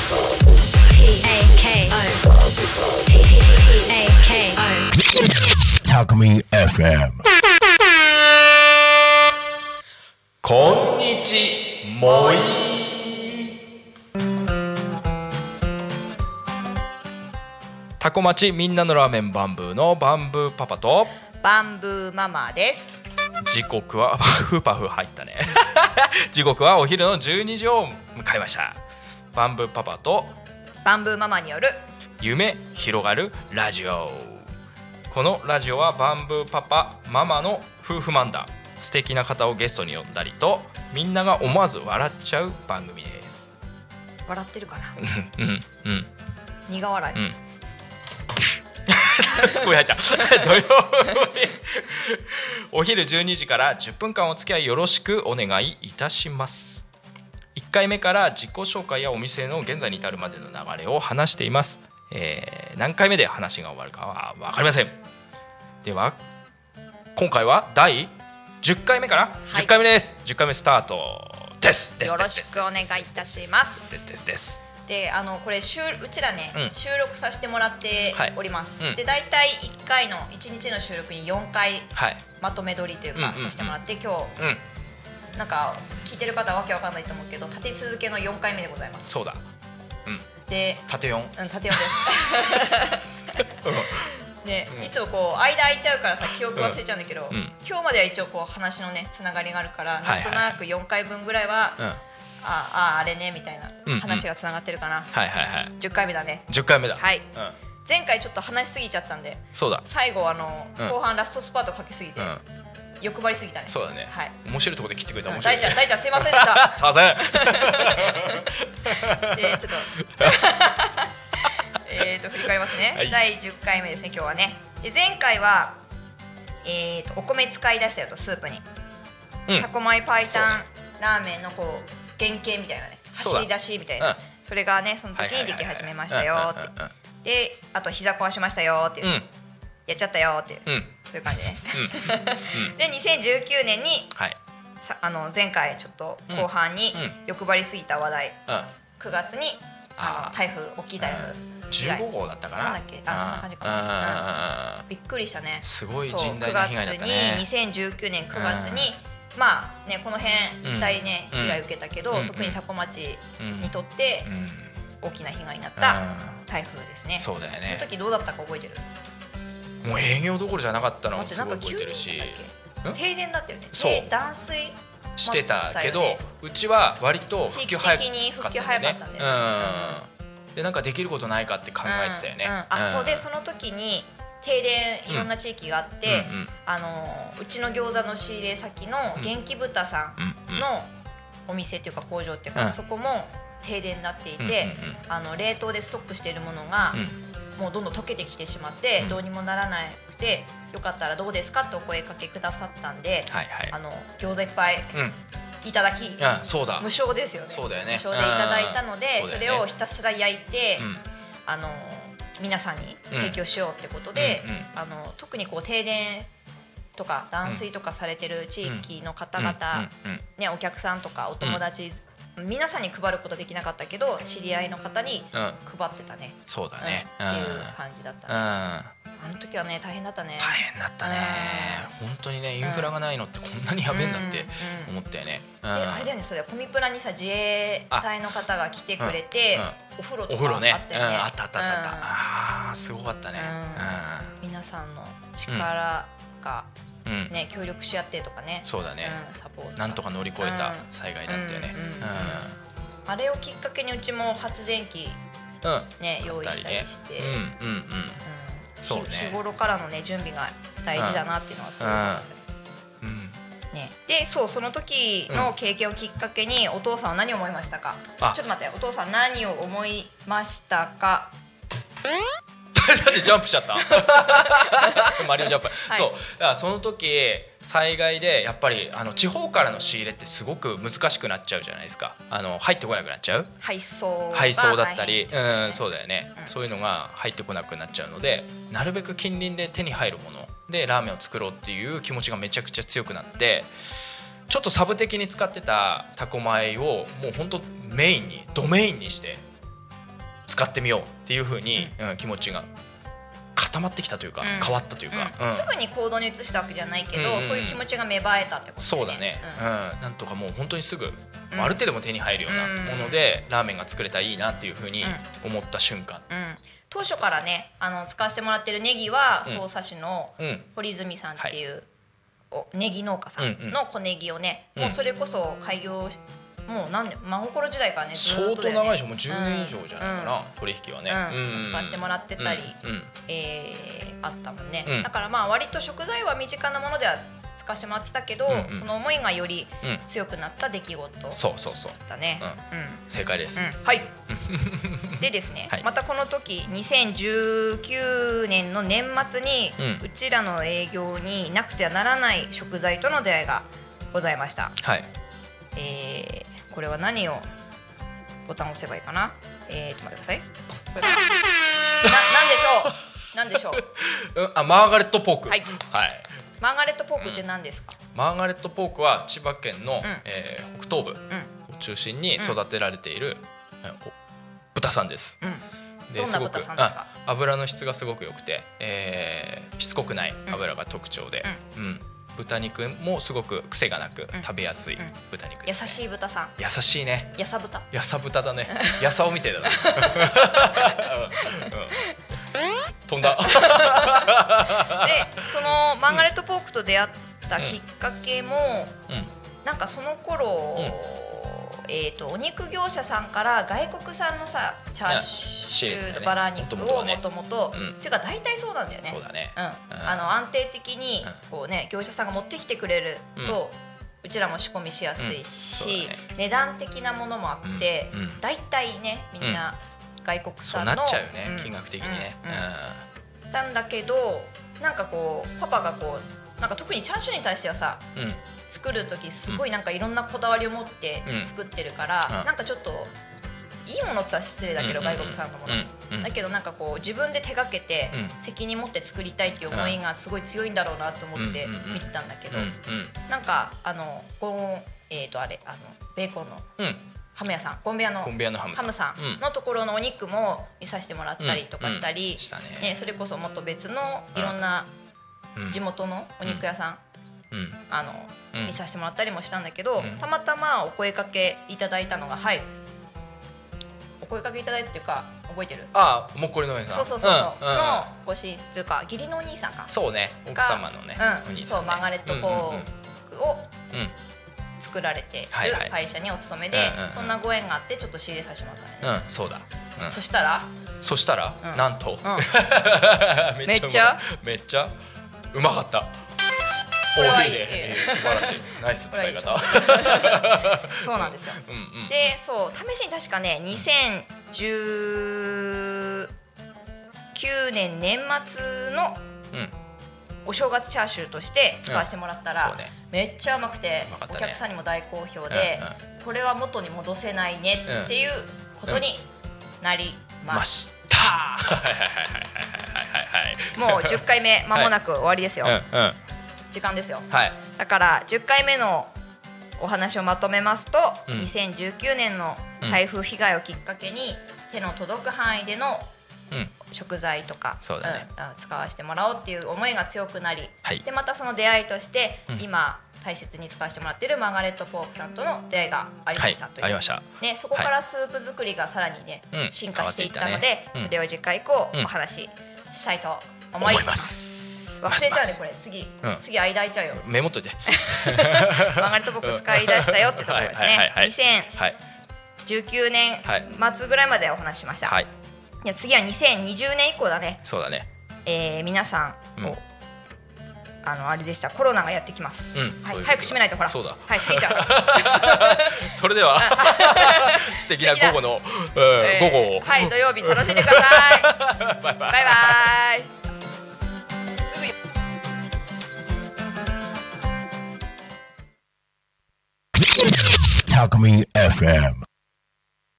タコミ FM。 こんにちもい。タコ町みんなのラーメンバンブーのバンブーパパとバンブーママです。 時刻はパフパフ入ったね時刻はお昼の12時を迎えました。バンブーパパとバンブーママによる夢広がるラジオ。このラジオはバンブーパパママの夫婦漫談、素敵な方をゲストに呼んだりとみんなが思わず笑っちゃう番組です。 笑ってるかなうんうん苦笑い、 うんすごい入った土曜日お昼12時から10分間お付き合いよろしくお願いいたします。1回目から自己紹介やお店の現在に至るまでの流れを話しています。何回目で話が終わるかは分かりません。では今回は第10回目かな、 はい、 10回目です。10回目スタートです。 よろしくお願いいたします。 ですでこれうちらね、収録させてもらっております、 はい、 でだいたい1回の1日の収録に4回まとめ撮りというか、させてもらって今日、なんか聞いてる方はわけわかんないと思うけど立て続けの4回目でございます。 そうだ、 で縦 4？ 縦4ですね、いつもこう間空いちゃうからさ記憶忘れちゃうんだけど、今日までは一応こう話のねつながりがあるから、なんとなく4回分ぐらいは、あれねみたいな話がつながってるかな。10回目だね。 10回目だ。 はい、前回ちょっと話しすぎちゃったんで、 そうだ、 最後後半ラストスパートかけすぎて、欲張りすぎたね。 そうだね、はい、面白いところで切ってくれた。面白い、 大ちゃんすいませんでしたすいませんでちょっと振り返りますね、はい、第10回目ですね今日はね。で前回はお米使い出したよと、スープに、タコ米パイタンラーメンのこう原型みたいなね、走り出しみたいな、それがねその時にでき始めましたよって、であと膝壊しましたよっていう、やっちゃったよっていう、そういう感じねで2019年に、前回ちょっと後半に欲張りすぎた話題、9月に台風、大きい台風 15号だったかな、 なんだっけ、そんな感じかな、びっくりしたね。 すごい甚大な被害だったね。 2019年9月にまあね、この辺大ね、被害を受けたけど、特に多古町にとって大きな被害になった台風ですね。 そうだよね。 その時どうだったか覚えてる？ もう営業どころじゃなかったのもすごい覚えてるし、 停電だったよね。断水してたけど、うちは割と地域的に復旧早かったんだよね。 でなんかできることないかって考えてたよね。 そうで、その時に停電いろんな地域があって、うちの餃子の仕入れ先の元気豚さんのお店っていうか工場っていうか、そこも停電になっていて、冷凍でストックしているものがもうどんどん溶けてきてしまって、どうにもならなくて、よかったらどうですかってお声かけくださったんで、餃子いっぱいいただき、無償ですよね。 そうだよね。 無償でいただいたので、それをひたすら焼いて、皆さんに提供しようってことで、特にこう停電とか断水とかされてる地域の方々、ね、お客さんとかお友達、皆さんに配ることできなかったけど知り合いの方に配ってたね。 そうだね、 っていう感じだったね。あの時はね大変だったね。 大変だったね。本当にね、インフラがないのってこんなにやべえんだって思ったよね。 であれだよね、それコミプラにさ自衛隊の方が来てくれて、お風呂とかあったよね。 あったすごかったね。 皆さんの力がね、協力し合ってとかね。 そうだね、 サポートなんとか乗り越えた災害だったよね。 あれをきっかけにうちも発電機ね用意したりして、日頃からのね準備が大事だなっていうのはすごい思ったね。でその時の経験をきっかけにお父さんは何を思いましたか？ちょっと待って、お父さん何を思いましたか？ なんでジャンプしちゃったマリオジャンプ、そうだからその時災害でやっぱり地方からの仕入れってすごく難しくなっちゃうじゃないですか。入ってこなくなっちゃう、配送だったり、そうだよね、そういうのが入ってこなくなっちゃうので、なるべく近隣で手に入るものでラーメンを作ろうっていう気持ちがめちゃくちゃ強くなって、ちょっとサブ的に使ってたタコ米をもう本当ドメインにして使ってみようっていう風に、気持ちが固まってきたというか、変わったというか、 すぐに行動に移したわけじゃないけど、そういう気持ちが芽生えたってことね。 そうだね、なんとかもう本当にすぐ、ある程度も手に入るようなもので、ラーメンが作れたらいいなっていう風に思った瞬間、 当初からね使わせてもらってるネギは匝瑳市の堀泉さんっていう、ネギ農家さんの小ネギをね、もうそれこそ開業もう何年真心時代からねずっと相当長いでしょ、もう10年以上じゃないかな、取引はね、 使わせてもらってたりあったもんね。だからまあ割と食材は身近なものでは使わせてもらってたけど、その思いがより強くなった出来事だったね。 正解です。 はい。でですね、またこの時2019年の年末にうちらの営業になくてはならない食材との出会いがございました。 はい。 これは何をボタンを押せばいいかな。ちょっと待ってください。これなんでしょう。 マーガレットポーク。 はい。マーガレットポークって何ですか。 マーガレットポークは千葉県の北東部を中心に育てられている豚さんです。 どんな豚さんですか。 油の質がすごく良くて、しつこくない油が特徴で、豚肉もすごく癖がなく食べやすい豚肉です、 優しい豚さん。 優しいね。 やさ豚。 やさ豚だね。やさおみたいだね。飛んだ。 で、そのマーガレットポークと出会ったきっかけも、なんかその頃、お肉業者さんから外国産のさチャーシューバラ肉をもともとっていうか大体そうなんだよね。 そうだね。 安定的にこうね業者さんが持ってきてくれると、うちらも仕込みしやすいし、値段的なものもあって大体ねみんな外国産のそうなっちゃうよね、金額的にね。 なんだけどなんかこうパパがこうなんか特にチャーシューに対してはさ、作る時すごいなんかいろんなこだわりを持って作ってるから、なんかちょっといいものって言ったら失礼だけど、外国産のもの、だけどなんかこう自分で手がけて責任持って作りたいっていう思いがすごい強いんだろうなと思って見てたんだけど、なんかベーコンのハム屋さん、ゴンベヤのハムさんのところのお肉も見させてもらったりとかしたり、それこそもっと別のいろんな地元のお肉屋さん見させてもらったりもしたんだけど、たまたまお声かけいただいたのが、お声かけいただいたっていうか覚えてる？ もっこりのお姉さん。 そうのご親戚というか義理のお兄さんか。 そうね、奥様のねお兄さんね。 そう、マーガレットポークを作られている会社にお勤めで、そんなご縁があってちょっと仕入れさせてもらったね。 そうだ。 そしたらなんとめっちゃうまかった。 これはいい、 素晴らしい、ナイス使い方。 そうなんですよ。で、そう試しに確かね2019年年末のお正月チャーシューとして使わせてもらったら、めっちゃうまくてお客さんにも大好評で、これは元に戻せないねっていうことになりました。もう10回目間もなく終わりですよ。時間ですよ。だから10回目のお話をまとめますと、2019年の台風被害をきっかけに手の届く範囲での食材とか使わせてもらおうっていう思いが強くなり、でまたその出会いとして今大切に使わせてもらっているマーガレットポークさんとの出会いがありましたという、ね、そこからスープ作りがさらにね進化していったので、それを次回以降お話ししたいと思います。忘れちゃうね、これ次間空いちゃうよ。 メモっといて。 マーガレットポーク使い出したよってところですね。2019年末ぐらいまでお話ししました。次は2020年以降だね。 そうだね。 皆さんをあれでした、コロナがやってきます。早く閉めないと、ほら。 そうだ。 はい、過ぎちゃう。 それでは素敵な午後の午後を、 はい、土曜日楽しんでください。バイバイ。すぐ。 Talk Me FM